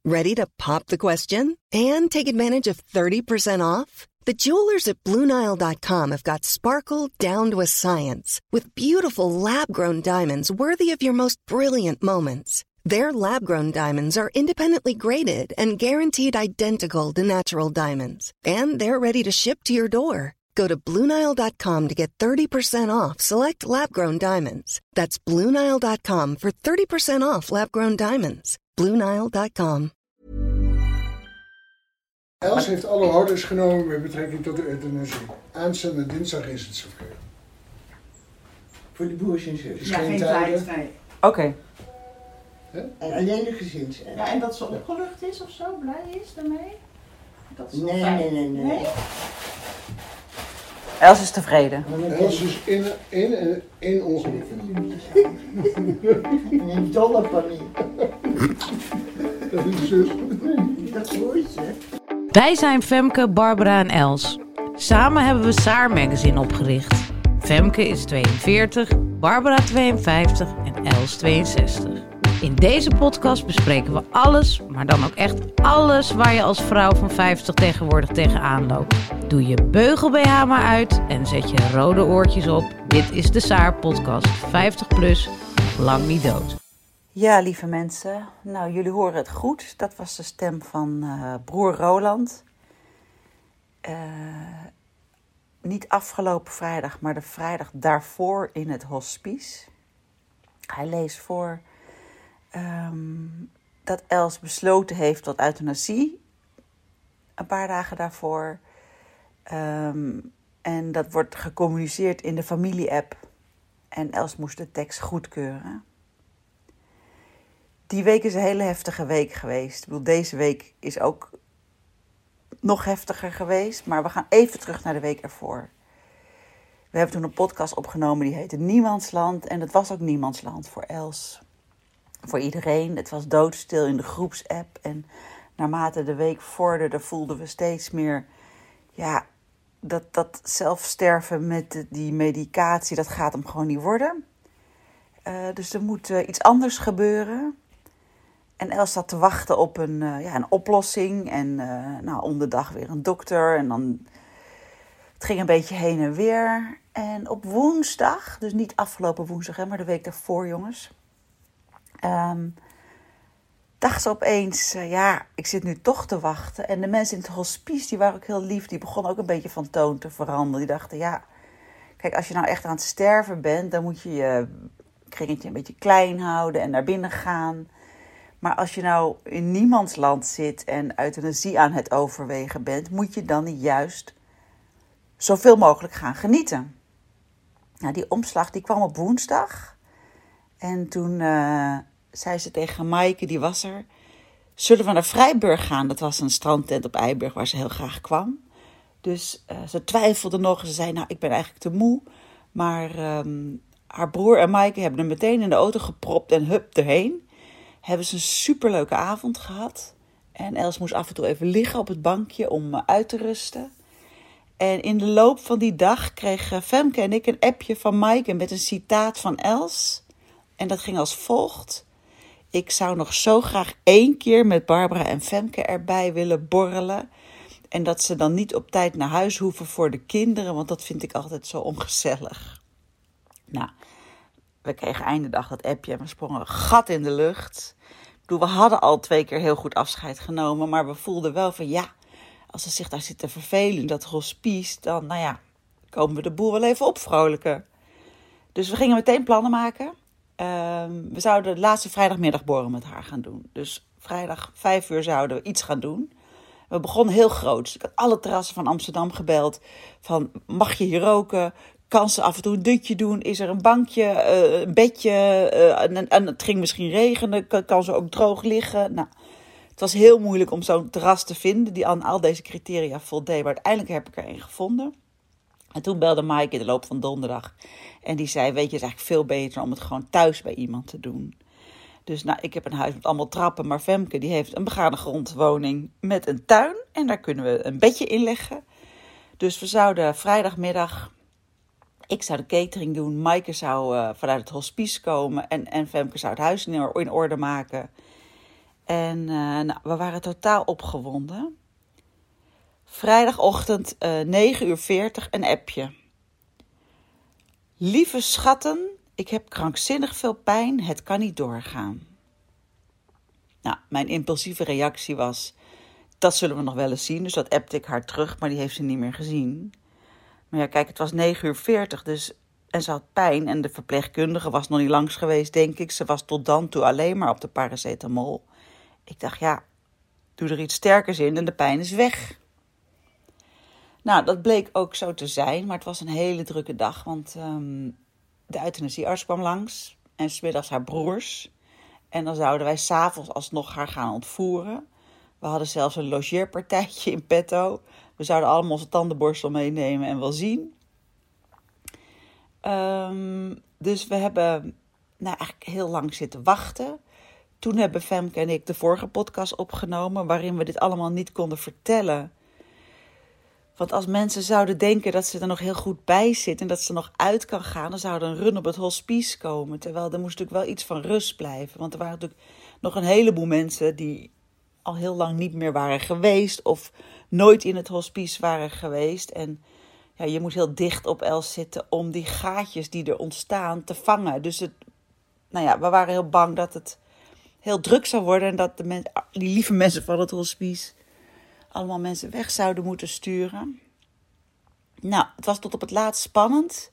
Ready to pop the question and take advantage of 30% off? The jewelers at BlueNile.com have got sparkle down to a science with beautiful lab-grown diamonds worthy of your most brilliant moments. Their lab-grown diamonds are independently graded and guaranteed identical to natural diamonds. And they're ready to ship to your door. Go to BlueNile.com to get 30% off select lab-grown diamonds. That's BlueNile.com for 30% off lab-grown diamonds. BlueNile.com. Els heeft alle hordes genomen met betrekking tot de euthanasie. Aanstaande dinsdag is het zover. Voor de broers en zus. Ja, geen tijd. Oké. En alleen de gezins. Ja, en dat ze opgelucht is of zo, blij is daarmee? Dat is Nee. Els is tevreden. Els is in ongeluk. In dolle paniek. Dat is de zus. Dat broertje. Wij zijn Femke, Barbara en Els. Samen hebben we Saar Magazine opgericht. Femke is 42, Barbara 52 en Els 62. In deze podcast bespreken we alles, maar dan ook echt alles waar je als vrouw van 50 tegenwoordig tegenaan loopt. Doe je beugel-BH maar uit en zet je rode oortjes op. Dit is de Saar podcast. 50 plus, lang niet dood. Ja, lieve mensen. Nou, jullie horen het goed. Dat was de stem van broer Roland. Niet afgelopen vrijdag, maar de vrijdag daarvoor in het hospice. Hij leest voor dat Els besloten heeft tot euthanasie. Een paar dagen daarvoor. En dat wordt gecommuniceerd in de familie-app. En Els moest de tekst goedkeuren. Die week is een hele heftige week geweest. Ik bedoel, deze week is ook nog heftiger geweest. Maar we gaan even terug naar de week ervoor. We hebben toen een podcast opgenomen die heette Niemandsland. En het was ook Niemandsland voor Els. Voor iedereen. Het was doodstil in de groepsapp. En naarmate de week vorderde voelden we steeds meer... Ja, dat zelfsterven met die medicatie, dat gaat hem gewoon niet worden. Dus er moet iets anders gebeuren. En Els zat te wachten op een oplossing. En om de dag weer een dokter. En dan... Het ging een beetje heen en weer. En op woensdag, dus niet afgelopen woensdag, maar de week daarvoor, jongens... dacht ze opeens, ik zit nu toch te wachten. En de mensen in het hospice, die waren ook heel lief. Die begonnen ook een beetje van toon te veranderen. Die dachten, kijk, als je nou echt aan het sterven bent... dan moet je je kringetje een beetje klein houden en naar binnen gaan. Maar als je nou in niemandsland zit en euthanasie aan het overwegen bent... moet je dan juist zoveel mogelijk gaan genieten. Nou, die omslag die kwam op woensdag. En toen... zei ze tegen Maaike, die was er... zullen we naar Vrijburg gaan? Dat was een strandtent op Eiburg waar ze heel graag kwam. Dus ze twijfelde nog. Ze zei, ik ben eigenlijk te moe. Maar haar broer en Maaike hebben er meteen in de auto gepropt en hup erheen. Hebben ze een superleuke avond gehad. En Els moest af en toe even liggen op het bankje om uit te rusten. En in de loop van die dag kregen Femke en ik een appje van Maaike met een citaat van Els. En dat ging als volgt... Ik zou nog zo graag 1 keer met Barbara en Femke erbij willen borrelen. En dat ze dan niet op tijd naar huis hoeven voor de kinderen. Want dat vind ik altijd zo ongezellig. Nou, we kregen einde dag dat appje en we sprongen een gat in de lucht. Ik bedoel, we hadden al 2 keer heel goed afscheid genomen. Maar we voelden wel van als ze zich daar zit te vervelen in dat hospice. Dan komen we de boel wel even opvrolijken. Dus we gingen meteen plannen maken. We zouden de laatste vrijdagmiddagborrel met haar gaan doen. Dus vrijdag 5 uur zouden we iets gaan doen. We begonnen heel groot. Dus ik had alle terrassen van Amsterdam gebeld. Van, mag je hier roken? Kan ze af en toe een dutje doen? Is er een bankje, een bedje? En het ging misschien regenen. Kan ze ook droog liggen? Nou, het was heel moeilijk om zo'n terras te vinden die aan al deze criteria voldeed. Maar uiteindelijk heb ik er een gevonden. En toen belde Maaike in de loop van donderdag. En die zei, weet je, het is eigenlijk veel beter om het gewoon thuis bij iemand te doen. Dus ik heb een huis met allemaal trappen. Maar Femke die heeft een begane grondwoning met een tuin. En daar kunnen we een bedje in leggen. Dus we zouden vrijdagmiddag... Ik zou de catering doen. Maaike zou vanuit het hospice komen. En Femke zou het huis in orde maken. En we waren totaal opgewonden. Vrijdagochtend 9:40 een appje. Lieve schatten, ik heb krankzinnig veel pijn, het kan niet doorgaan. Nou, mijn impulsieve reactie was, dat zullen we nog wel eens zien. Dus dat appte ik haar terug, maar die heeft ze niet meer gezien. Maar ja, kijk, het was 9:40 dus, en ze had pijn. En de verpleegkundige was nog niet langs geweest, denk ik. Ze was tot dan toe alleen maar op de paracetamol. Ik dacht, ja, doe er iets sterkers in en de pijn is weg. Nou, dat bleek ook zo te zijn, maar het was een hele drukke dag. Want de euthanasiearts kwam langs en 's middags haar broers. En dan zouden wij 's avonds alsnog haar gaan ontvoeren. We hadden zelfs een logeerpartijtje in petto. We zouden allemaal onze tandenborstel meenemen en wel zien. Dus we hebben eigenlijk heel lang zitten wachten. Toen hebben Femke en ik de vorige podcast opgenomen, waarin we dit allemaal niet konden vertellen. Want als mensen zouden denken dat ze er nog heel goed bij zit en dat ze nog uit kan gaan, dan zou er een run op het hospice komen. Terwijl er moest natuurlijk wel iets van rust blijven. Want er waren natuurlijk nog een heleboel mensen die al heel lang niet meer waren geweest of nooit in het hospice waren geweest. En ja, je moet heel dicht op Els zitten om die gaatjes die er ontstaan te vangen. Dus we waren heel bang dat het heel druk zou worden en dat die lieve mensen van het hospice allemaal mensen weg zouden moeten sturen. Nou, het was tot op het laatst spannend.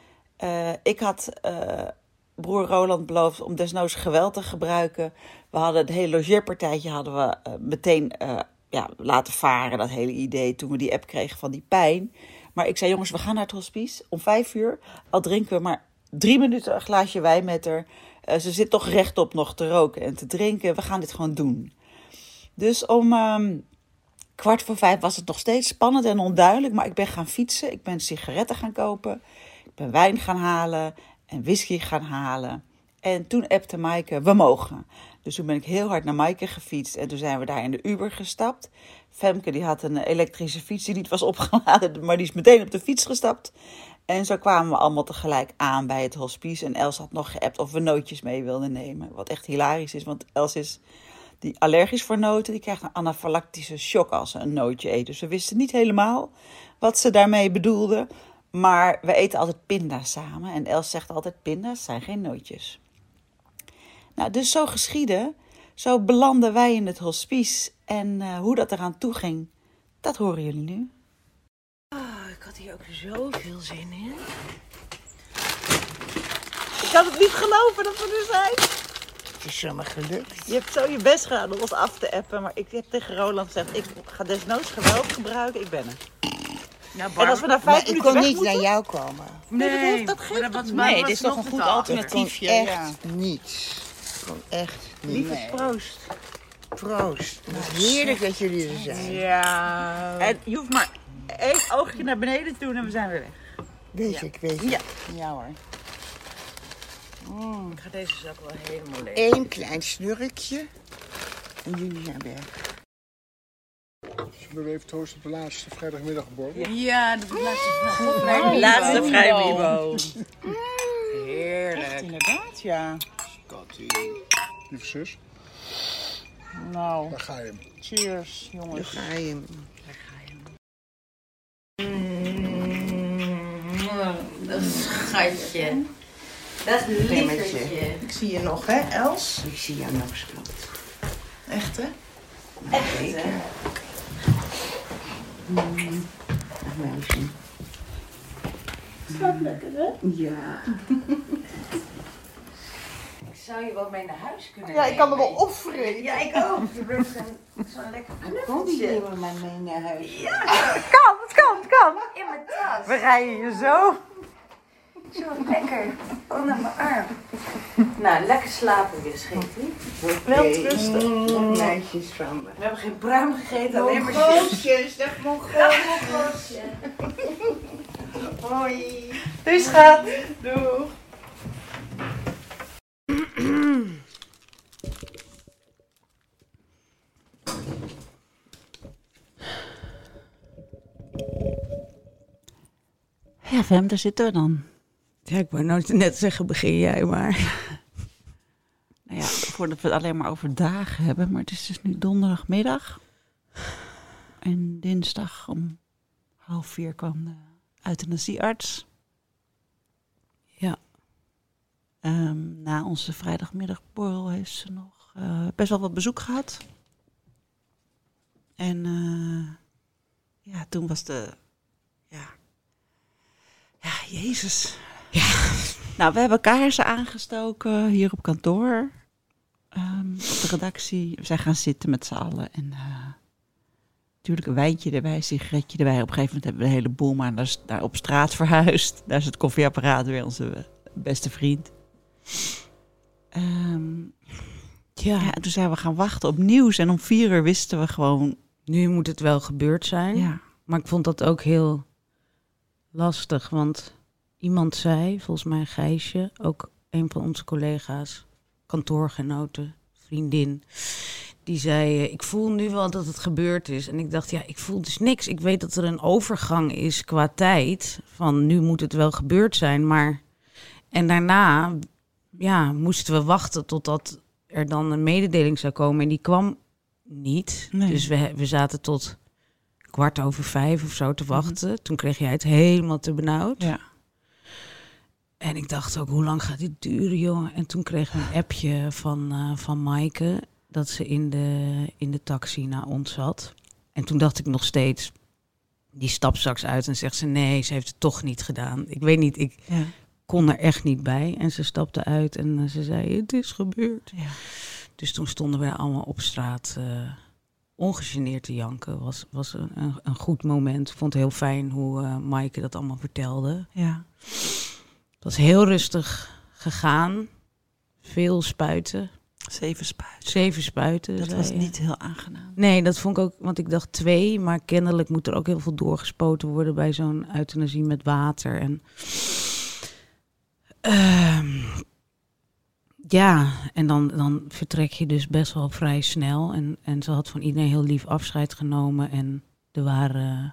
Ik had broer Roland beloofd om desnoods geweld te gebruiken. We hadden het hele logeerpartijtje meteen laten varen, dat hele idee, toen we die app kregen van die pijn. Maar ik zei, jongens, we gaan naar het hospice om 5:00. Al drinken we maar 3 minuten een glaasje wijn met haar. Ze zit toch rechtop nog te roken en te drinken. We gaan dit gewoon doen. Dus om 4:45 was het nog steeds spannend en onduidelijk. Maar ik ben gaan fietsen. Ik ben sigaretten gaan kopen. Ik ben wijn gaan halen en whisky gaan halen. En toen appte Maaike, we mogen. Dus toen ben ik heel hard naar Maaike gefietst. En toen zijn we daar in de Uber gestapt. Femke die had een elektrische fiets die niet was opgeladen, maar die is meteen op de fiets gestapt. En zo kwamen we allemaal tegelijk aan bij het hospice. En Els had nog geappt of we nootjes mee wilden nemen. Wat echt hilarisch is, want Els is die allergisch voor noten. Die krijgt een anafylactische shock als ze een nootje eet. Dus we wisten niet helemaal wat ze daarmee bedoelde. Maar we eten altijd pinda's samen. En Els zegt altijd, pinda's zijn geen nootjes. Nou, dus zo geschiedde. Zo belanden wij in het hospice. En hoe dat eraan toe ging, dat horen jullie nu. Ik had hier ook zoveel zin in. Ik kan het niet geloven dat we er zijn. Het is zomaar gelukt. Je hebt zo je best gedaan om ons af te appen. Maar ik heb tegen Roland gezegd, ik ga desnoods geweld gebruiken. Ik ben er. Ja, En als we na 5 Maar ik minuten kon weg niet moeten... naar jou komen. Nee, dat geeft toch dit is toch een goed alternatiefje. Echt niet. Gewoon echt niet. Lieve proost. Proost. Het is heerlijk dat jullie er zijn. Ja. En je hoeft maar 1 oogje naar beneden te doen en we zijn weer weg. Weet ik. Ja hoor. Ik ga deze zak wel helemaal leeg. 1 klein snurkje. En jullie zijn weg. Dus we even troost op de laatste vrijdagmiddagborrel. Ja, dat is laatste Laatste vrijmibo. Heerlijk. Inderdaad, ja. Lieve zus, Nou, daar ga je hem. cheers Dan jongens. ga je. Dat is een schatje. Dat is een lievertje. Ik zie je nog hè, Els? Ik zie jou nog, schat. Echt hè? Echt, hè? Ach, meisje. Gaat lekker, hè? Ja. Ik zou je wel mee naar huis kunnen Ja, ik kan nemen. er wel opvreten. Ja, ik ook. Je bent zo'n lekker Kom die knuffeltje. nemen maar mee naar huis. Het kan. In mijn tas. We rijden je zo. Zo lekker. Onder mijn arm. Nou, lekker slapen weer, scheetie. Wel rustig. Meisjes van me. We hebben geen pruim gegeten, alleen maar chips. Mongooltjes, dag mongooltjes. Hoi. Doei schat. Doeg. Ja, Fem, daar zitten we dan. Ja, ik wou nou net zeggen, begin jij maar. Nou ja, voordat we het alleen maar over dagen hebben. Maar het is dus nu donderdagmiddag. En dinsdag om 3:30 kwam de euthanasiearts. Ja. Na onze vrijdagmiddagborrel heeft ze nog best wel wat bezoek gehad. En toen was Jezus. Ja. Nou, we hebben kaarsen aangestoken hier op kantoor. Op de redactie. We zijn gaan zitten met z'n allen. En natuurlijk een wijntje erbij, een sigaretje erbij. Op een gegeven moment hebben we de hele boel maar daar op straat verhuisd. Daar is het koffieapparaat weer, onze beste vriend. En toen zijn we gaan wachten op nieuws. En om 4:00 wisten we gewoon... Nu moet het wel gebeurd zijn. Ja. Maar ik vond dat ook heel lastig. Want iemand zei, volgens mij Gijsje, ook een van onze collega's, kantoorgenoten, vriendin, die zei, ik voel nu wel dat het gebeurd is. En ik dacht, ik voel dus niks. Ik weet dat er een overgang is qua tijd. Van nu moet het wel gebeurd zijn. Maar en daarna moesten we wachten totdat er dan een mededeling zou komen. En die kwam niet. Nee. Dus we zaten tot 4:15 of zo te wachten. Mm-hmm. Toen kreeg jij het helemaal te benauwd. Ja. En ik dacht ook, hoe lang gaat dit duren, jongen? En toen kreeg we een appje van Maaike dat ze in de taxi naar ons zat. En toen dacht ik nog steeds, die stapt straks uit en zegt ze, nee, ze heeft het toch niet gedaan. Ik weet niet, ik kon er echt niet bij. En ze stapte uit en ze zei, het is gebeurd. Ja. Dus toen stonden we allemaal op straat ongegeneerd te janken. Was een goed moment. Ik vond het heel fijn hoe Maaike dat allemaal vertelde. Ja. Het was heel rustig gegaan. Veel spuiten. 7 spuiten. Dat was niet heel aangenaam. Nee, dat vond ik ook, want ik dacht 2. Maar kennelijk moet er ook heel veel doorgespoten worden bij zo'n euthanasie met water. En en dan vertrek je dus best wel vrij snel. En ze had van iedereen heel lief afscheid genomen. En er waren...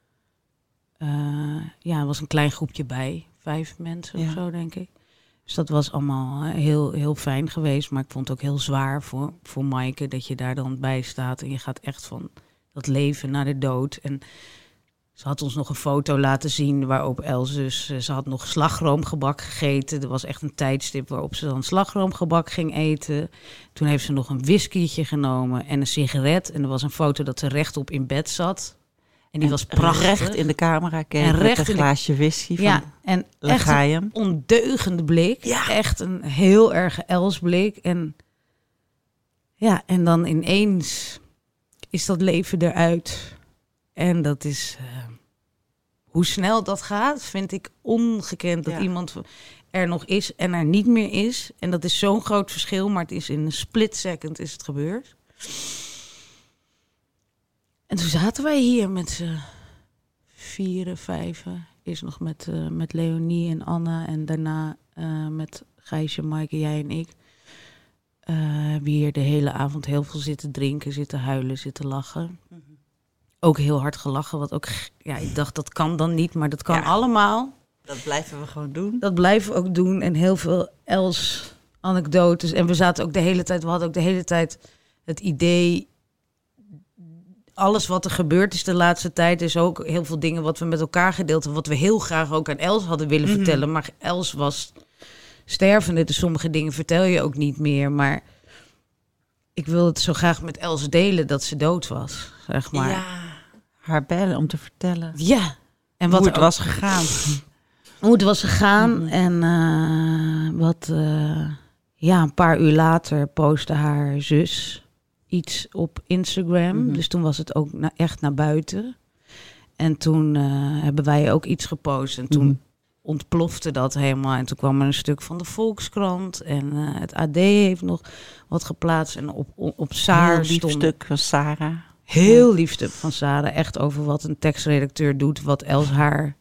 er was een klein groepje bij. 5 mensen of zo, denk ik. Dus dat was allemaal heel, heel fijn geweest. Maar ik vond het ook heel zwaar voor Maaike dat je daar dan bij staat. En je gaat echt van dat leven naar de dood. En ze had ons nog een foto laten zien waarop Els dus... Ze had nog slagroomgebak gegeten. Er was echt een tijdstip waarop ze dan slagroomgebak ging eten. Toen heeft ze nog een whiskytje genomen en een sigaret. En er was een foto dat ze rechtop in bed zat. En die was prachtig. Recht in de camera keek met een glaasje whisky van en echt een ondeugende blik. Ja. Echt een heel erg Els blik. En dan ineens is dat leven eruit. En dat is... hoe snel dat gaat, vind ik ongekend. Dat iemand er nog is en er niet meer is. En dat is zo'n groot verschil. Maar het is in een split second is het gebeurd. En toen zaten wij hier met z'n 4, 5. Eerst nog met Leonie en Anna. En daarna met Gijsje, Maaike, jij en ik. We hier de hele avond heel veel zitten drinken, zitten huilen, zitten lachen. Mm-hmm. Ook heel hard gelachen. Wat ook, ik dacht dat kan dan niet, maar dat kan allemaal. Dat blijven we gewoon doen. Dat blijven we ook doen. En heel veel Els anekdotes. En we hadden ook de hele tijd het idee... Alles wat er gebeurd is de laatste tijd is ook heel veel dingen wat we met elkaar gedeeld hebben. Wat we heel graag ook aan Els hadden willen vertellen. Maar Els was stervende. Dus sommige dingen vertel je ook niet meer. Maar ik wilde het zo graag met Els delen dat ze dood was, zeg maar. Ja, haar bellen om te vertellen. Ja. En hoe het was gegaan. Hoe het was gegaan. En een paar uur later postte haar zus iets op Instagram. Mm-hmm. Dus toen was het ook echt naar buiten. En toen hebben wij ook iets gepost. En toen ontplofte dat helemaal. En toen kwam er een stuk van de Volkskrant. En het AD heeft nog wat geplaatst. En op Saar heel lief stuk van Sarah. Heel lief stuk van Sarah. Echt over wat een tekstredacteur doet. Wat Els haar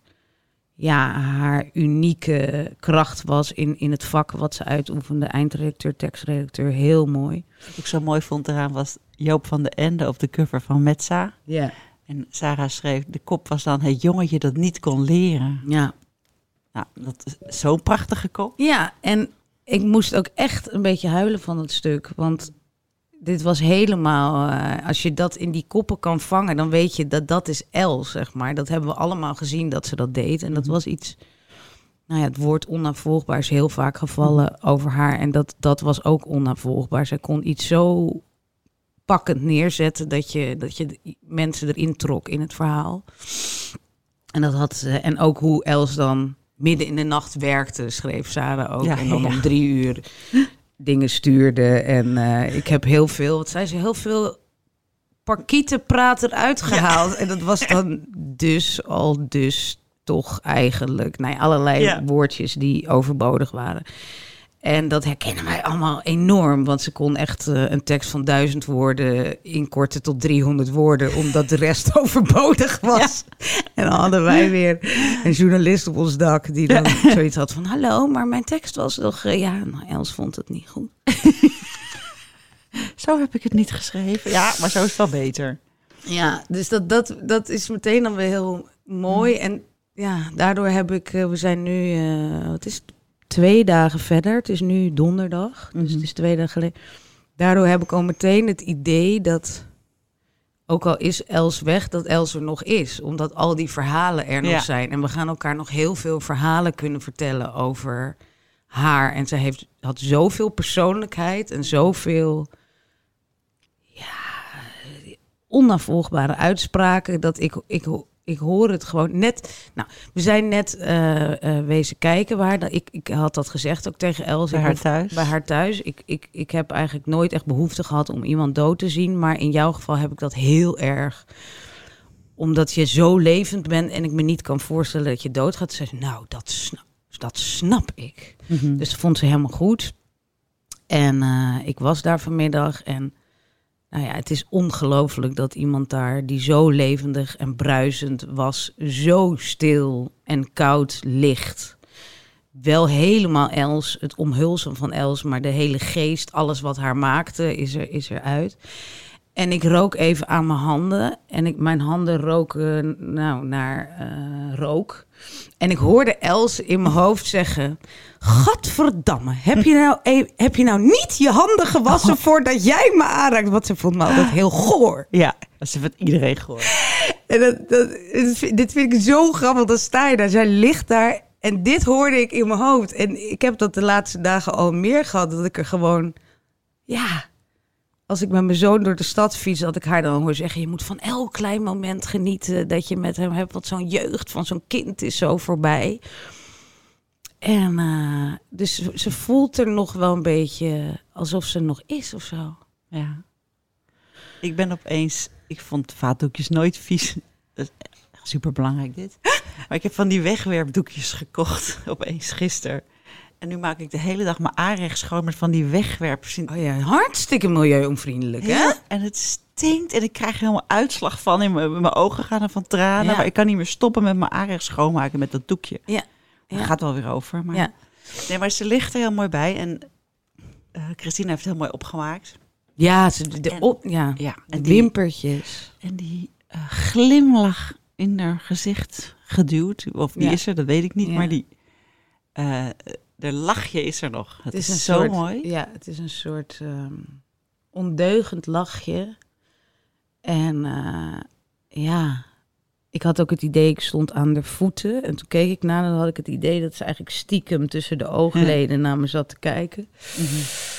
unieke kracht was in het vak wat ze uitoefende. Eindredacteur, tekstredacteur. Heel mooi. Wat ik zo mooi vond eraan was Joop van den Ende op de cover van Metza. Ja. En Sarah schreef, de kop was dan het jongetje dat niet kon leren. Ja. Nou, dat is zo'n prachtige kop. Ja, en ik moest ook echt een beetje huilen van het stuk. Want dit was helemaal... als je dat in die koppen kan vangen, dan weet je dat is Els, zeg maar. Dat hebben we allemaal gezien dat ze dat deed. En dat was iets... Nou ja, het woord onnavolgbaar is heel vaak gevallen over haar. En dat was ook onnavolgbaar. Zij kon iets zo pakkend neerzetten dat je mensen erin trok in het verhaal. En dat had ze. En ook hoe Els dan midden in de nacht werkte, schreef Sarah ook. Ja, en dan ja. om 3 uur dingen stuurde. En ik heb heel veel, wat zei ze, heel veel parkietenpraat eruit gehaald. Ja. En dat was dan dus toch eigenlijk allerlei woordjes die overbodig waren. En dat herkennen wij allemaal enorm. Want ze kon echt een tekst van 1000 woorden inkorten tot 300 woorden. Omdat de rest overbodig was. Ja. En dan hadden wij weer een journalist op ons dak. Die dan zoiets had van... Hallo, maar mijn tekst was nog... Els vond het niet goed. Zo heb ik het niet geschreven. Ja, maar zo is het wel beter. Ja, dus dat is meteen dan weer heel mooi. En ja, daardoor heb ik... we zijn nu... wat is het? 2 dagen verder. Het is nu donderdag. Dus het is 2 dagen geleden. Daardoor heb ik al meteen het idee dat... Ook al is Els weg, dat Els er nog is. Omdat al die verhalen er nog zijn. En we gaan elkaar nog heel veel verhalen kunnen vertellen over haar. En zij had zoveel persoonlijkheid en zoveel... onnavolgbare uitspraken, dat ik hoor het gewoon net... Nou, we zijn net wezen kijken waar... Ik had dat gezegd ook tegen Els. Bij haar thuis? Bij haar thuis. Ik heb eigenlijk nooit echt behoefte gehad om iemand dood te zien. Maar in jouw geval heb ik dat heel erg. Omdat je zo levend bent en ik me niet kan voorstellen dat je doodgaat. Ze zei, nou, dat snap ik. Mm-hmm. Dus dat vond ze helemaal goed. En ik was daar vanmiddag en... Nou ja, het is ongelooflijk dat iemand daar die zo levendig en bruisend was, zo stil en koud ligt. Wel helemaal Els, het omhulsen van Els, maar de hele geest, alles wat haar maakte, is eruit. En ik rook even aan mijn handen en mijn handen roken naar rook. En ik hoorde Els in mijn hoofd zeggen... Gadverdamme, heb je nou niet je handen gewassen voordat jij me aanraakt? Want ze vond me altijd heel goor. Ja, ze vindt iedereen goor. En dit vind ik zo grappig, dan sta je daar. Zij ligt daar en dit hoorde ik in mijn hoofd. En ik heb dat de laatste dagen al meer gehad, dat ik er gewoon... Ja... Als ik met mijn zoon door de stad fiets, dat ik haar dan hoor zeggen... je moet van elk klein moment genieten dat je met hem hebt. Want zo'n jeugd van zo'n kind is zo voorbij. En dus ze voelt er nog wel een beetje alsof ze nog is of zo. Ja. Ik ben opeens... Ik vond vaatdoekjes nooit vies. Dat is superbelangrijk dit. Maar ik heb van die wegwerpdoekjes gekocht. Opeens gisteren. En nu maak ik de hele dag mijn aanrecht schoon met van die wegwerpers. Oh ja, hartstikke milieuonvriendelijk, hè? Ja, en het stinkt en ik krijg er helemaal uitslag van. In mijn ogen gaan er van tranen. Ja. Maar ik kan niet meer stoppen met mijn aanrecht schoonmaken met dat doekje. Ja. Dat gaat wel weer over. Maar... Ja. Nee, maar ze ligt er heel mooi bij. En Christine heeft het heel mooi opgemaakt. Ja, en die wimpertjes. En die glimlach in haar gezicht geduwd. Of die is er, dat weet ik niet. Ja. Maar die... de lachje is er nog. Het is zo soort, mooi. Ja, het is een soort ondeugend lachje. En ik had ook het idee, ik stond aan de voeten. En toen keek ik naar en dan had ik het idee dat ze eigenlijk stiekem tussen de oogleden naar me zat te kijken. Mm-hmm.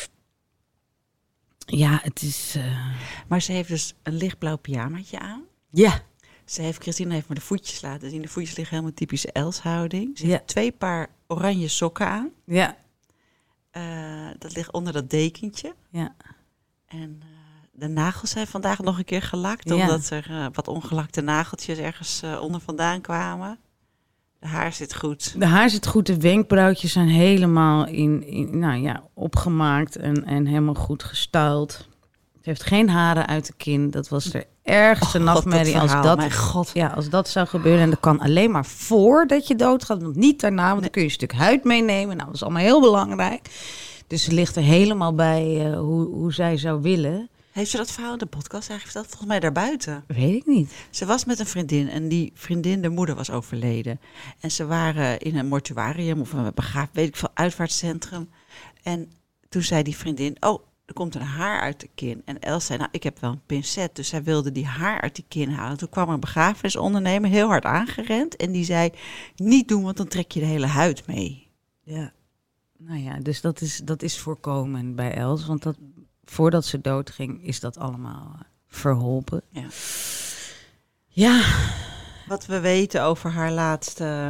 Ja, het is... Maar ze heeft dus een lichtblauw pyjamaatje aan. Ja. Christine heeft me de voetjes laten zien. De voetjes liggen helemaal typische Els-houding. Ze heeft 2 paar oranje sokken aan. Ja. Dat ligt onder dat dekentje. Ja. En de nagels zijn vandaag nog een keer gelakt. Omdat er wat ongelakte nageltjes ergens onder vandaan kwamen. De haar zit goed. De haar zit goed. De wenkbrauwtjes zijn helemaal opgemaakt en helemaal goed gestyled. Ze heeft geen haren uit de kin. Dat was de ergste nachtmerrie als dat zou gebeuren. En dat kan alleen maar voordat je doodgaat, want niet daarna. Want dan kun je een stuk huid meenemen. Nou, dat is allemaal heel belangrijk. Dus ze ligt er helemaal bij hoe zij zou willen. Heeft ze dat verhaal in de podcast eigenlijk verteld? Volgens mij daarbuiten. Weet ik niet. Ze was met een vriendin en die vriendin, de moeder, was overleden. En ze waren in een mortuarium of een uitvaartcentrum. En toen zei die vriendin, er komt een haar uit de kin. En Els zei, nou, ik heb wel een pincet. Dus zij wilde die haar uit die kin halen. Toen kwam er een begrafenisondernemer heel hard aangerend. En die zei, niet doen, want dan trek je de hele huid mee. Ja. Nou ja, dus dat is voorkomen bij Els. Want voordat ze doodging, is dat allemaal verholpen. Ja. Ja. Wat we weten over haar laatste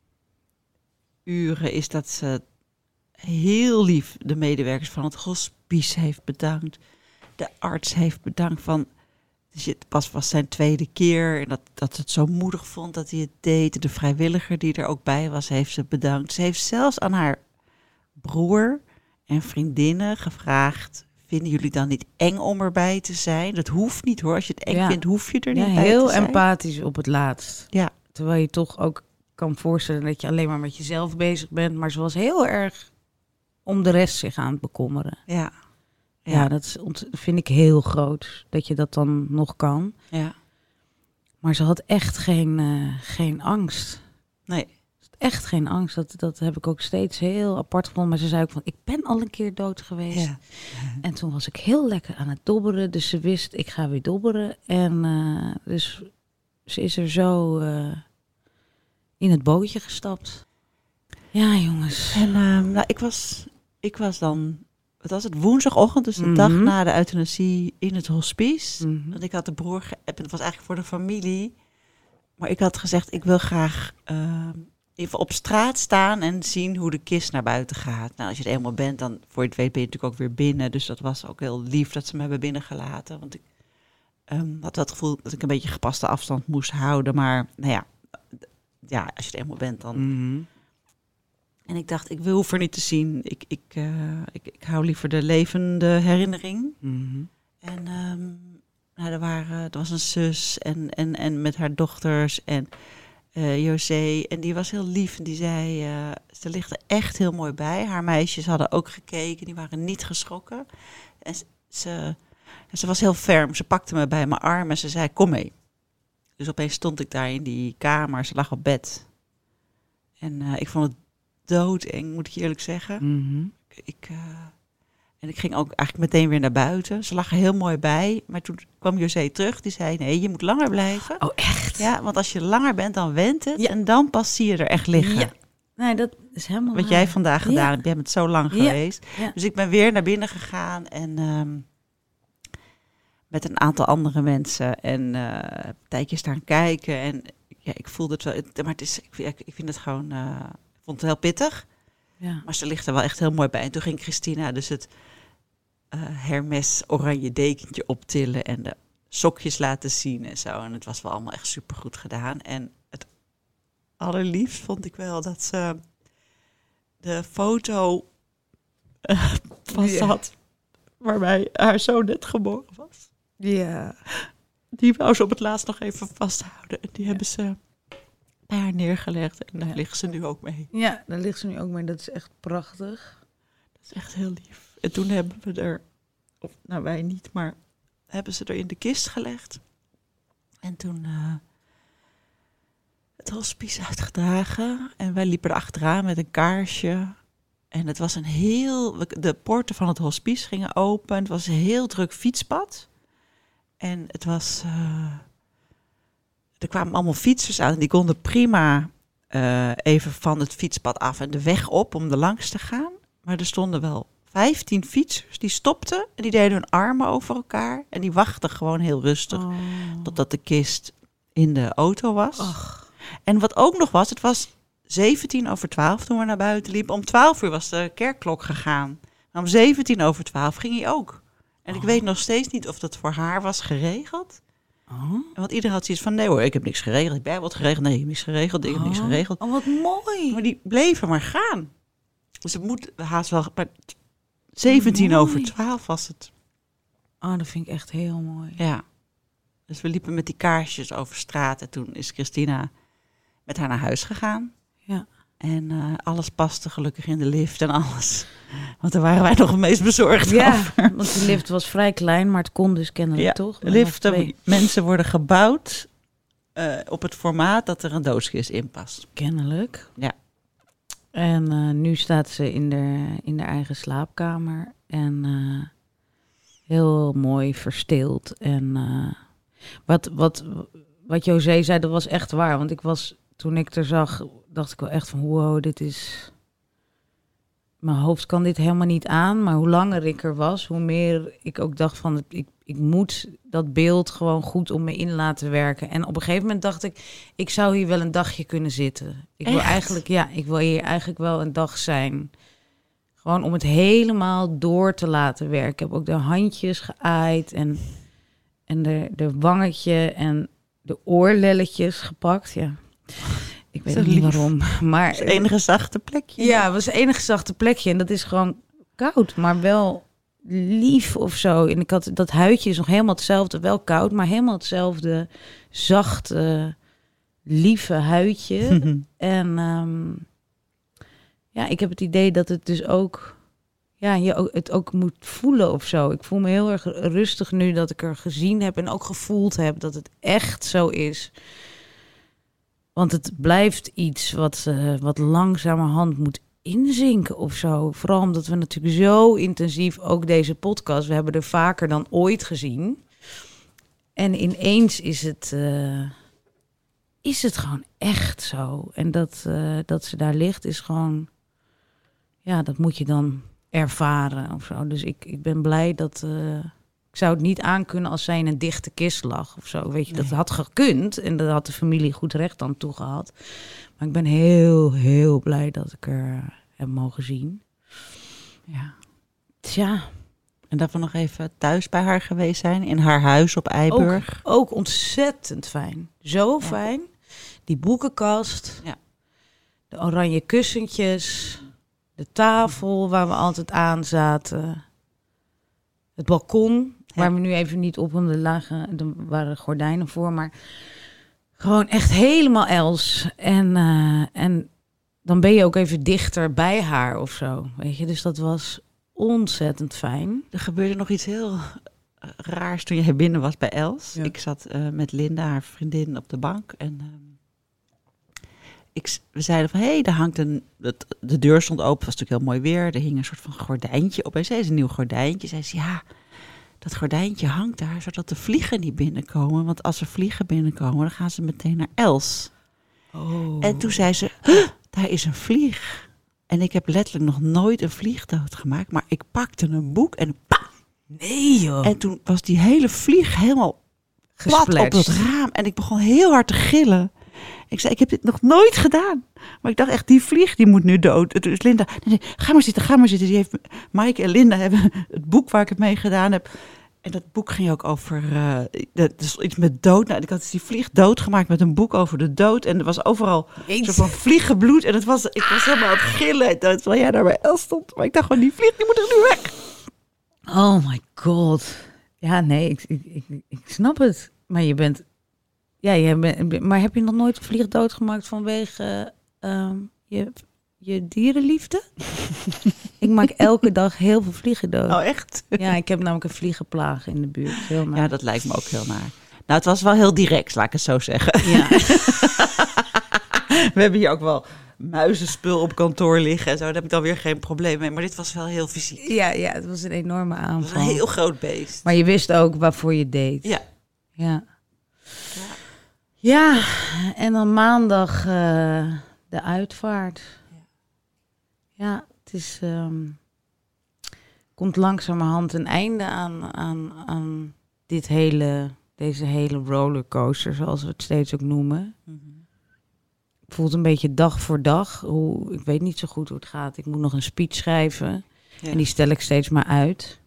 uren is dat ze heel lief de medewerkers van het hospice heeft bedankt. De arts heeft bedankt dus het was zijn tweede keer. En dat ze het zo moedig vond dat hij het deed. De vrijwilliger die er ook bij was, heeft ze bedankt. Ze heeft zelfs aan haar broer en vriendinnen gevraagd, vinden jullie dan niet eng om erbij te zijn? Dat hoeft niet hoor. Als je het eng vindt, hoef je er niet bij te zijn. Heel empathisch op het laatst. Ja. Terwijl je toch ook kan voorstellen dat je alleen maar met jezelf bezig bent. Maar ze was heel erg om de rest zich aan het bekommeren. Ja. Ja, dat vind ik heel groot. Dat je dat dan nog kan. Ja. Maar ze had echt geen angst. Nee. Echt geen angst. Dat heb ik ook steeds heel apart gevonden. Maar ze zei ook van, ik ben al een keer dood geweest. Ja. En toen was ik heel lekker aan het dobberen. Dus ze wist, ik ga weer dobberen. En dus ze is er zo in het bootje gestapt. Ja, jongens. En ik was dan, wat was het, woensdagochtend, dus de dag na de euthanasie in het hospice. Want ik had de broer geappt, het was eigenlijk voor de familie. Maar ik had gezegd, ik wil graag even op straat staan en zien hoe de kist naar buiten gaat. Nou, als je er eenmaal bent, dan voor je het weet ben je natuurlijk ook weer binnen. Dus dat was ook heel lief dat ze me hebben binnengelaten. Want ik had wel het gevoel dat ik een beetje gepaste afstand moest houden. Maar nou ja, als je er eenmaal bent, dan... En ik dacht, ik hoef er niet te zien. Ik hou liever de levende herinnering. En er was een zus en met haar dochters en José. En die was heel lief en die zei, ze ligt er echt heel mooi bij. Haar meisjes hadden ook gekeken, die waren niet geschrokken. En ze was heel ferm. Ze pakte me bij mijn arm en ze zei, kom mee. Dus opeens stond ik daar in die kamer. Ze lag op bed. En ik vond het doodeng, moet ik je eerlijk zeggen. En ik ging ook eigenlijk meteen weer naar buiten. Ze lag er heel mooi bij. Maar toen kwam José terug. Die zei, nee, je moet langer blijven. Oh, echt? Ja, want als je langer bent, dan went het. Ja. En dan pas zie je er echt liggen. Ja. Nee, dat is helemaal wat jij vandaag gedaan hebt. Je bent zo lang geweest. Ja. Dus ik ben weer naar binnen gegaan. En met een aantal andere mensen. En een tijdje staan kijken. En ja, ik voelde het wel. Maar ik vind het gewoon... ik vond het heel pittig. Ja. Maar ze ligt er wel echt heel mooi bij. En toen ging Christina dus het Hermes oranje dekentje optillen en de sokjes laten zien en zo. En het was wel allemaal echt supergoed gedaan. En het allerliefst vond ik wel dat ze de foto vast had waarbij haar zoon net geboren was. Ja. Die wou ze op het laatst nog even vasthouden. En die hebben ze bij haar neergelegd en daar ligt ze nu ook mee. Ja, daar ligt ze nu ook mee. Dat is echt prachtig. Dat is echt heel lief. En toen hebben we er, wij niet, maar hebben ze er in de kist gelegd. En toen het hospice uitgedragen. En wij liepen er achteraan met een kaarsje. En het was de poorten van het hospice gingen open. Het was een heel druk fietspad. En het was... er kwamen allemaal fietsers aan. Die konden prima even van het fietspad af en de weg op om er langs te gaan. Maar er stonden wel 15 fietsers. Die stopten en die deden hun armen over elkaar. En die wachten gewoon heel rustig totdat de kist in de auto was. Och. En wat ook nog was, het was 11:17 toen we naar buiten liepen. Om 12 uur was de kerkklok gegaan. En om 11:17 ging hij ook. En ik weet nog steeds niet of dat voor haar was geregeld. Want iedereen had zoiets van, nee hoor, ik heb niks geregeld. Heb jij wat geregeld? Nee, ik heb niks geregeld. Ik heb niks geregeld. Oh, wat mooi. Maar die bleven maar gaan. Dus het moet haast wel... Maar 11:17 was het. Oh, dat vind ik echt heel mooi. Ja. Dus we liepen met die kaarsjes over straat. En toen is Christina met haar naar huis gegaan. Ja. En alles paste gelukkig in de lift en alles. Want daar waren wij nog het meest bezorgd over. Want de lift was vrij klein, maar het kon dus kennelijk toch? Liften, mensen worden gebouwd op het formaat dat er een doodskist in past. Kennelijk. Ja. En nu staat ze in haar eigen slaapkamer. En heel mooi versteeld. En wat José zei, dat was echt waar. Want toen ik er zag, dacht ik wel echt van wow, dit is... Mijn hoofd kan dit helemaal niet aan. Maar hoe langer ik er was, hoe meer ik ook dacht van... Ik moet dat beeld gewoon goed om me in laten werken. En op een gegeven moment dacht ik zou hier wel een dagje kunnen zitten. Ik wil hier eigenlijk wel een dag zijn. Gewoon om het helemaal door te laten werken. Ik heb ook de handjes geaaid en de wangetje en de oorlelletjes gepakt. Ja, ik weet niet waarom. Maar het enige zachte plekje. Ja, het was het enige zachte plekje. En dat is gewoon koud, maar wel lief of zo. En dat huidje is nog helemaal hetzelfde. Wel koud, maar helemaal hetzelfde zachte, lieve huidje. En ik heb het idee dat het dus ook... Ja, je het ook moet voelen of zo. Ik voel me heel erg rustig nu dat ik er gezien heb en ook gevoeld heb dat het echt zo is. Want het blijft iets wat langzamerhand moet inzinken of zo. Vooral omdat we natuurlijk zo intensief ook deze podcast... We hebben er vaker dan ooit gezien. En ineens is het gewoon echt zo. En dat ze daar ligt is gewoon... Ja, dat moet je dan ervaren of zo. Dus ik ben blij dat... Ik zou het niet aankunnen als zij in een dichte kist lag of zo. Weet je, dat had gekund en dat had de familie goed recht aan toe gehad. Maar ik ben heel, heel blij dat ik er heb mogen zien. Ja. Tja. En dat we nog even thuis bij haar geweest zijn, in haar huis op Eiburg. Ook ontzettend fijn. Zo fijn. Die boekenkast. Ja. De oranje kussentjes. De tafel waar we altijd aan zaten. Het balkon, waar we nu even niet op, want er waren gordijnen voor, maar gewoon echt helemaal Els. En dan ben je ook even dichter bij haar of zo, weet je. Dus dat was ontzettend fijn. Er gebeurde nog iets heel raars toen jij binnen was bij Els. Ja. Ik zat met Linda, haar vriendin, op de bank en... We zeiden van, daar hangt de deur stond open, was natuurlijk heel mooi weer. Er hing een soort van gordijntje op. En zei ze, een nieuw gordijntje. Zei ze, ja, dat gordijntje hangt daar, zodat de vliegen niet binnenkomen. Want als er vliegen binnenkomen, dan gaan ze meteen naar Els. Oh. En toen zei ze, daar is een vlieg. En ik heb letterlijk nog nooit een vlieg doodgemaakt. Maar ik pakte een boek en nee joh. En toen was die hele vlieg helemaal plat op het raam. En ik begon heel hard te gillen. Ik zei, ik heb dit nog nooit gedaan. Maar ik dacht echt, die vlieg die moet nu dood. Dus Linda, nee, ga maar zitten. Die heeft, Maaike en Linda hebben het boek waar ik het mee gedaan heb. En dat boek ging ook over dus iets met dood. Nou, ik had die vlieg doodgemaakt met een boek over de dood. En er was overal een soort van vliegenbloed. En ik was helemaal aan het gillen. Terwijl jij daar bij Els stond. Maar ik dacht gewoon, die vlieg die moet er nu weg. Oh my god. Ja, nee, ik snap het. Maar je bent... Ja, maar heb je nog nooit een vlieg doodgemaakt vanwege je dierenliefde? Ik maak elke dag heel veel vliegen dood. Oh, echt? Ja, ik heb namelijk een vliegenplaag in de buurt. Heel naar. Ja, dat lijkt me ook heel naar. Nou, het was wel heel direct, laat ik het zo zeggen. Ja. We hebben hier ook wel muizenspul op kantoor liggen en zo. Daar heb ik dan weer geen probleem mee. Maar dit was wel heel fysiek. Ja, het was een enorme aanval. Het was een heel groot beest. Maar je wist ook waarvoor je deed. Ja. Ja, en dan maandag de uitvaart. Ja, het is... komt langzamerhand een einde aan deze hele rollercoaster, zoals we het steeds ook noemen. Mm-hmm. Het voelt een beetje dag voor dag. Ik weet niet zo goed hoe het gaat. Ik moet nog een speech schrijven. Ja. En die stel ik steeds maar uit.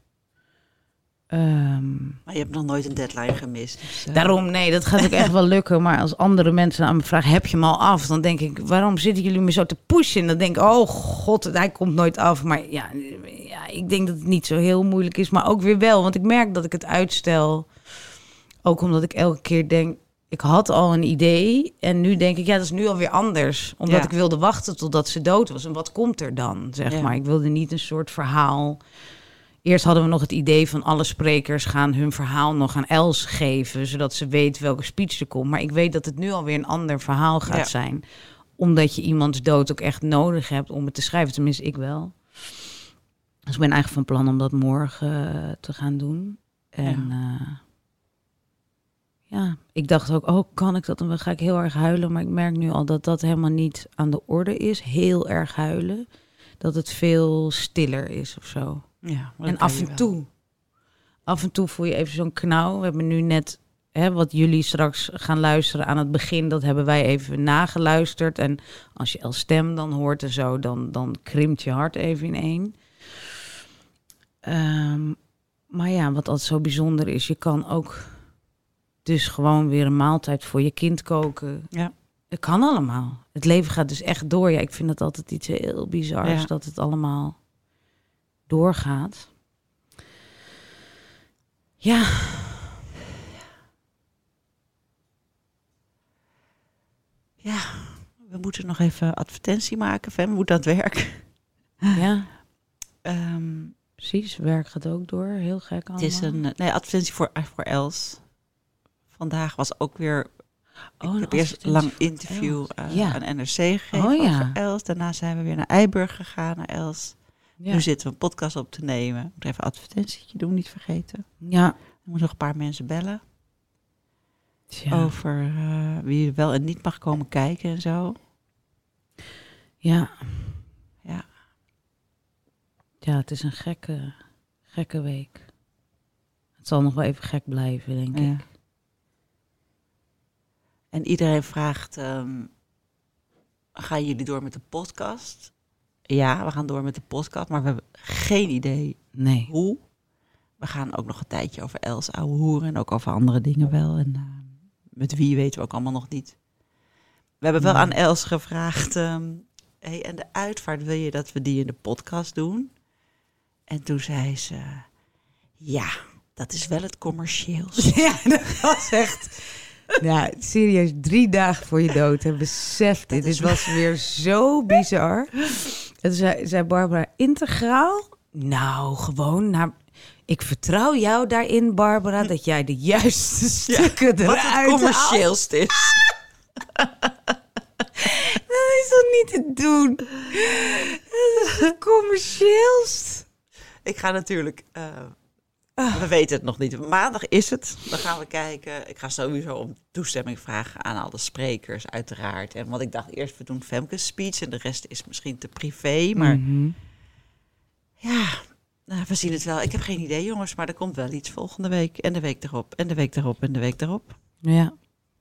Maar je hebt nog nooit een deadline gemist. Dus, Daarom, nee, dat gaat ook echt wel lukken. Maar als andere mensen aan me vragen, heb je hem al af? Dan denk ik, waarom zitten jullie me zo te pushen? En dan denk ik, oh god, hij komt nooit af. Maar ja, ik denk dat het niet zo heel moeilijk is. Maar ook weer wel, want ik merk dat ik het uitstel. Ook omdat ik elke keer denk, ik had al een idee. En nu denk ik, dat is nu alweer anders. Omdat ik wilde wachten totdat ze dood was. En wat komt er dan, zeg maar. Ik wilde niet een soort verhaal... Eerst hadden we nog het idee van alle sprekers gaan hun verhaal nog aan Els geven, zodat ze weet welke speech er komt. Maar ik weet dat het nu alweer een ander verhaal gaat zijn. omdat je iemands dood ook echt nodig hebt om het te schrijven. Tenminste, ik wel. Dus ik ben eigenlijk van plan om dat morgen te gaan doen. En ik dacht ook, kan ik dat? En dan ga ik heel erg huilen. Maar ik merk nu al dat dat helemaal niet aan de orde is. Heel erg huilen. Dat het veel stiller is of zo. Ja, en af en toe voel je even zo'n knauw. We hebben nu net, wat jullie straks gaan luisteren aan het begin, dat hebben wij even nageluisterd. En als je Els stem dan hoort en zo, dan krimpt je hart even ineen. Maar ja, wat altijd zo bijzonder is, je kan ook dus gewoon weer een maaltijd voor je kind koken. Ja. Het kan allemaal. Het leven gaat dus echt door. Ja, ik vind het altijd iets heel bizars dat het allemaal doorgaat. Ja. Ja, we moeten nog even advertentie maken. Fem, moet dat werken? Ja. Precies, werk gaat ook door. Heel gek allemaal. Het is een advertentie voor Els. Vandaag was ook weer... Ik heb eerst een lang interview aan NRC gegeven over Els. Daarna zijn we weer naar Eiburg gegaan, naar Els. Ja. Nu zitten we een podcast op te nemen. Ik moet even een advertentietje doen, niet vergeten. Ja. Er moeten nog een paar mensen bellen. Over wie wel en niet mag komen kijken en zo. Ja. Ja. Ja, het is een gekke week. Het zal nog wel even gek blijven, denk ik. En iedereen vraagt, gaan jullie door met de podcast? Ja, we gaan door met de podcast, maar we hebben geen idee hoe. We gaan ook nog een tijdje over Els ouwe hoeren en ook over andere dingen wel. En met wie weten we ook allemaal nog niet. We hebben wel aan Els gevraagd, en de uitvaart, wil je dat we die in de podcast doen? En toen zei ze, ja, dat is wel het commercieelst. Ja, dat was echt... Ja, serieus, 3 dagen voor je dood. En besef dit. Dit was weer zo bizar. En toen zei Barbara, integraal? Nou, gewoon. Ik vertrouw jou daarin, Barbara, dat jij de juiste stukken eruit haalt. Wat het commercieelst is. Dat is toch niet te doen? Dat is het commercieelst. Ik ga natuurlijk... We weten het nog niet. Maandag is het. Dan gaan we kijken. Ik ga sowieso om toestemming vragen aan alle sprekers, uiteraard. En wat ik dacht, eerst we doen Femke's speech en de rest is misschien te privé. Maar we zien het wel. Ik heb geen idee, jongens, maar er komt wel iets volgende week. En de week erop, en de week erop, en de week erop. Ja.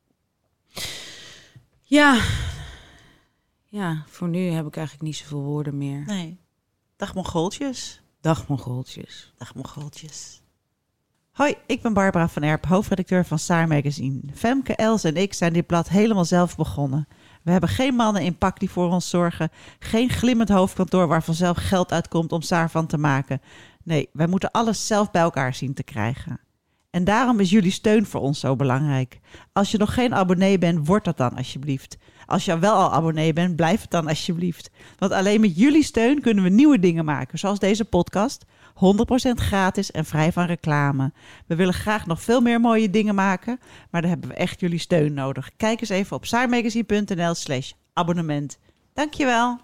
Ja. Ja, voor nu heb ik eigenlijk niet zoveel woorden meer. Nee. Dag Mongooltjes. Dag Mongooltjes. Dag Mongooltjes. Hoi, ik ben Barbara van Erp, hoofdredacteur van Saar Magazine. Femke, Els en ik zijn dit blad helemaal zelf begonnen. We hebben geen mannen in pak die voor ons zorgen. Geen glimmend hoofdkantoor waar vanzelf geld uitkomt om Saar van te maken. Nee, wij moeten alles zelf bij elkaar zien te krijgen. En daarom is jullie steun voor ons zo belangrijk. Als je nog geen abonnee bent, word dat dan alsjeblieft. Als je wel al abonnee bent, blijf het dan alsjeblieft. Want alleen met jullie steun kunnen we nieuwe dingen maken, zoals deze podcast. 100% gratis en vrij van reclame. We willen graag nog veel meer mooie dingen maken, maar daar hebben we echt jullie steun nodig. Kijk eens even op saarmagazine.nl/abonnement. Dankjewel.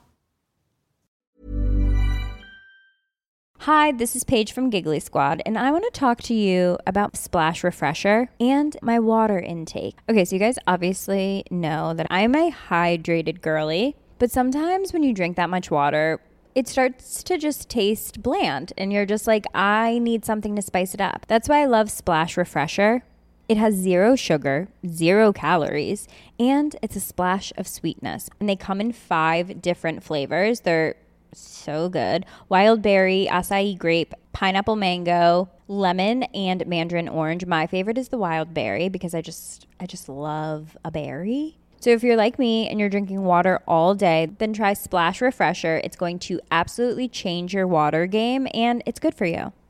Hi, this is Paige from Giggly Squad, and I want to talk to you about Splash Refresher and my water intake. Okay, so you guys obviously know that I'm a hydrated girly, but sometimes when you drink that much water, it starts to just taste bland, and you're just like, I need something to spice it up. That's why I love Splash Refresher. It has 0 sugar, 0 calories, and it's a splash of sweetness. And they come in 5 different flavors. They're so good. Wild berry, acai grape, pineapple mango, lemon, and mandarin orange. My favorite is the wild berry because I just love a berry. So if you're like me and you're drinking water all day, then try Splash Refresher. It's going to absolutely change your water game, and it's good for you.